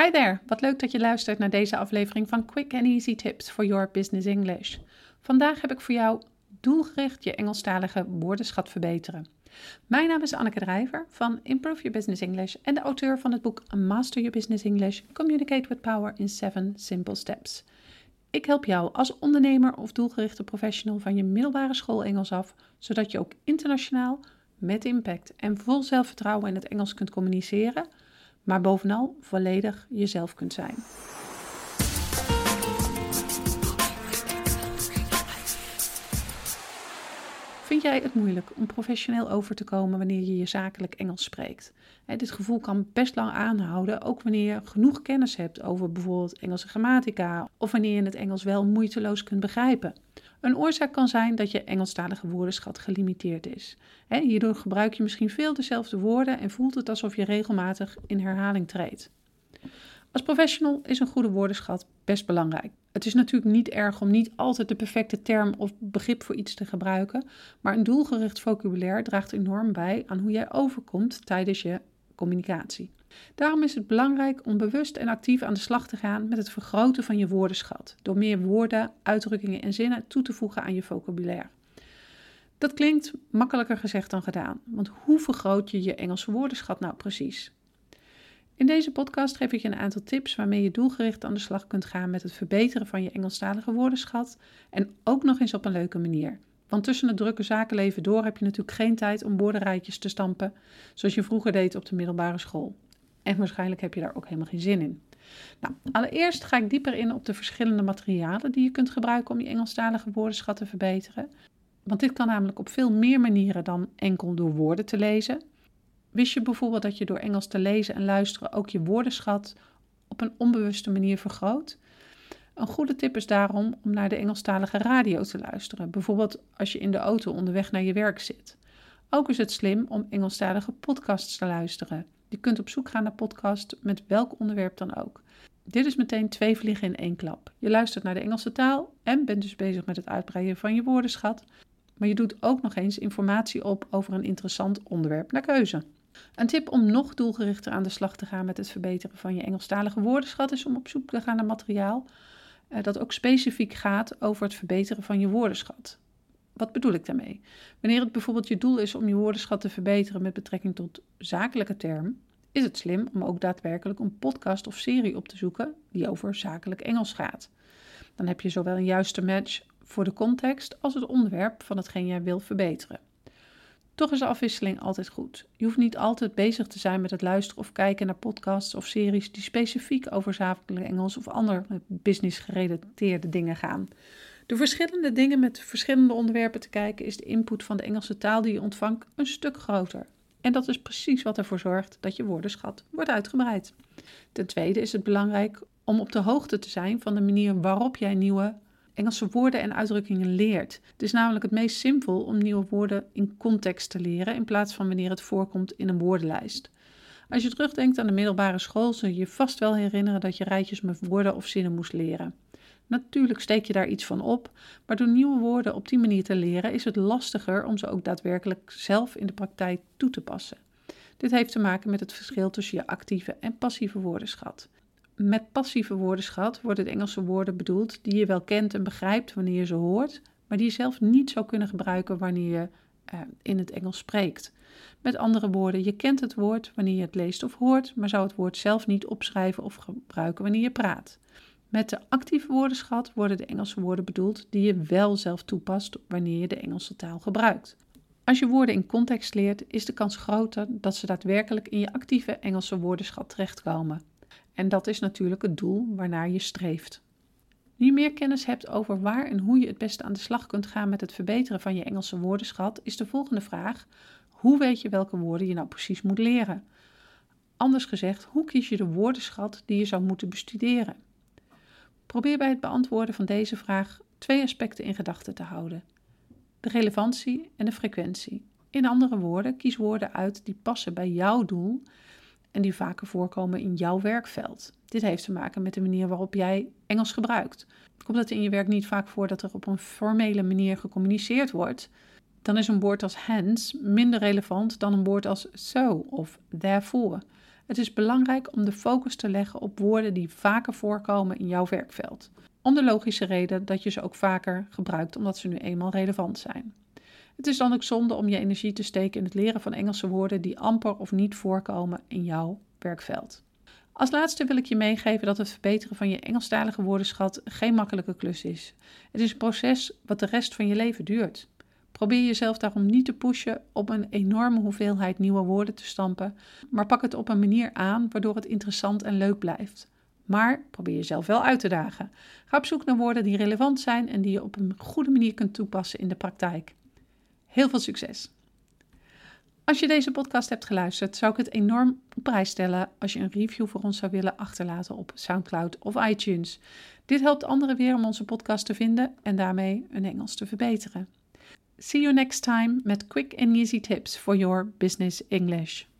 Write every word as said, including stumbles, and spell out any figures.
Hi there, wat leuk dat je luistert naar deze aflevering van Quick and Easy Tips for Your Business English. Vandaag heb ik voor jou doelgericht je Engelstalige woordenschat verbeteren. Mijn naam is Anneke Drijver van Improve Your Business English en de auteur van het boek Master Your Business English, Communicate with Power in seven Simple Steps. Ik help jou als ondernemer of doelgerichte professional van je middelbare school Engels af, zodat je ook internationaal, met impact en vol zelfvertrouwen in het Engels kunt communiceren, maar bovenal volledig jezelf kunt zijn. Vind jij het moeilijk om professioneel over te komen wanneer je je zakelijk Engels spreekt? Dit gevoel kan best lang aanhouden, ook wanneer je genoeg kennis hebt over bijvoorbeeld Engelse grammatica of wanneer je het Engels wel moeiteloos kunt begrijpen. Een oorzaak kan zijn dat je Engelstalige woordenschat gelimiteerd is. Hierdoor gebruik je misschien veel dezelfde woorden en voelt het alsof je regelmatig in herhaling treedt. Als professional is een goede woordenschat best belangrijk. Het is natuurlijk niet erg om niet altijd de perfecte term of begrip voor iets te gebruiken, maar een doelgericht vocabulaire draagt enorm bij aan hoe jij overkomt tijdens je communicatie. Daarom is het belangrijk om bewust en actief aan de slag te gaan met het vergroten van je woordenschat, door meer woorden, uitdrukkingen en zinnen toe te voegen aan je vocabulaire. Dat klinkt makkelijker gezegd dan gedaan, want hoe vergroot je je Engelse woordenschat nou precies? In deze podcast geef ik je een aantal tips waarmee je doelgericht aan de slag kunt gaan met het verbeteren van je Engelstalige woordenschat en ook nog eens op een leuke manier. Want tussen het drukke zakenleven door heb je natuurlijk geen tijd om woordenrijtjes te stampen zoals je vroeger deed op de middelbare school. En waarschijnlijk heb je daar ook helemaal geen zin in. Nou, allereerst ga ik dieper in op de verschillende materialen die je kunt gebruiken om je Engelstalige woordenschat te verbeteren. Want dit kan namelijk op veel meer manieren dan enkel door woorden te lezen. Wist je bijvoorbeeld dat je door Engels te lezen en luisteren ook je woordenschat op een onbewuste manier vergroot? Een goede tip is daarom om naar de Engelstalige radio te luisteren, bijvoorbeeld als je in de auto onderweg naar je werk zit. Ook is het slim om Engelstalige podcasts te luisteren. Je kunt op zoek gaan naar podcasts met welk onderwerp dan ook. Dit is meteen twee vliegen in één klap. Je luistert naar de Engelse taal en bent dus bezig met het uitbreiden van je woordenschat, maar je doet ook nog eens informatie op over een interessant onderwerp naar keuze. Een tip om nog doelgerichter aan de slag te gaan met het verbeteren van je Engelstalige woordenschat is om op zoek te gaan naar materiaal uh, dat ook specifiek gaat over het verbeteren van je woordenschat. Wat bedoel ik daarmee? Wanneer het bijvoorbeeld je doel is om je woordenschat te verbeteren met betrekking tot zakelijke term, is het slim om ook daadwerkelijk een podcast of serie op te zoeken die over zakelijk Engels gaat. Dan heb je zowel een juiste match voor de context als het onderwerp van hetgeen jij wil verbeteren. Toch is de afwisseling altijd goed. Je hoeft niet altijd bezig te zijn met het luisteren of kijken naar podcasts of series die specifiek over zakelijk Engels of andere business-gerelateerde dingen gaan. Door verschillende dingen met verschillende onderwerpen te kijken is de input van de Engelse taal die je ontvangt een stuk groter. En dat is precies wat ervoor zorgt dat je woordenschat wordt uitgebreid. Ten tweede is het belangrijk om op de hoogte te zijn van de manier waarop jij nieuwe Engelse woorden en uitdrukkingen leert. Het is namelijk het meest simpel om nieuwe woorden in context te leren in plaats van wanneer het voorkomt in een woordenlijst. Als je terugdenkt aan de middelbare school zul je je vast wel herinneren dat je rijtjes met woorden of zinnen moest leren. Natuurlijk steek je daar iets van op, maar door nieuwe woorden op die manier te leren is het lastiger om ze ook daadwerkelijk zelf in de praktijk toe te passen. Dit heeft te maken met het verschil tussen je actieve en passieve woordenschat. Met passieve woordenschat worden de Engelse woorden bedoeld die je wel kent en begrijpt wanneer je ze hoort, maar die je zelf niet zou kunnen gebruiken wanneer je uh, in het Engels spreekt. Met andere woorden, je kent het woord wanneer je het leest of hoort, maar zou het woord zelf niet opschrijven of gebruiken wanneer je praat. Met de actieve woordenschat worden de Engelse woorden bedoeld die je wel zelf toepast wanneer je de Engelse taal gebruikt. Als je woorden in context leert, is de kans groter dat ze daadwerkelijk in je actieve Engelse woordenschat terechtkomen. En dat is natuurlijk het doel waarnaar je streeft. Nu je meer kennis hebt over waar en hoe je het beste aan de slag kunt gaan met het verbeteren van je Engelse woordenschat, is de volgende vraag: hoe weet je welke woorden je nou precies moet leren? Anders gezegd, hoe kies je de woordenschat die je zou moeten bestuderen? Probeer bij het beantwoorden van deze vraag twee aspecten in gedachten te houden: de relevantie en de frequentie. In andere woorden, kies woorden uit die passen bij jouw doel en die vaker voorkomen in jouw werkveld. Dit heeft te maken met de manier waarop jij Engels gebruikt. Komt het in je werk niet vaak voor dat er op een formele manier gecommuniceerd wordt, dan is een woord als hence minder relevant dan een woord als so of therefore. Het is belangrijk om de focus te leggen op woorden die vaker voorkomen in jouw werkveld. Om de logische reden dat je ze ook vaker gebruikt omdat ze nu eenmaal relevant zijn. Het is dan ook zonde om je energie te steken in het leren van Engelse woorden die amper of niet voorkomen in jouw werkveld. Als laatste wil ik je meegeven dat het verbeteren van je Engelstalige woordenschat geen makkelijke klus is. Het is een proces wat de rest van je leven duurt. Probeer jezelf daarom niet te pushen op een enorme hoeveelheid nieuwe woorden te stampen, maar pak het op een manier aan waardoor het interessant en leuk blijft. Maar probeer jezelf wel uit te dagen. Ga op zoek naar woorden die relevant zijn en die je op een goede manier kunt toepassen in de praktijk. Heel veel succes! Als je deze podcast hebt geluisterd, zou ik het enorm op prijs stellen als je een review voor ons zou willen achterlaten op SoundCloud of iTunes. Dit helpt anderen weer om onze podcast te vinden en daarmee hun Engels te verbeteren. See you next time met quick and easy tips for your business English.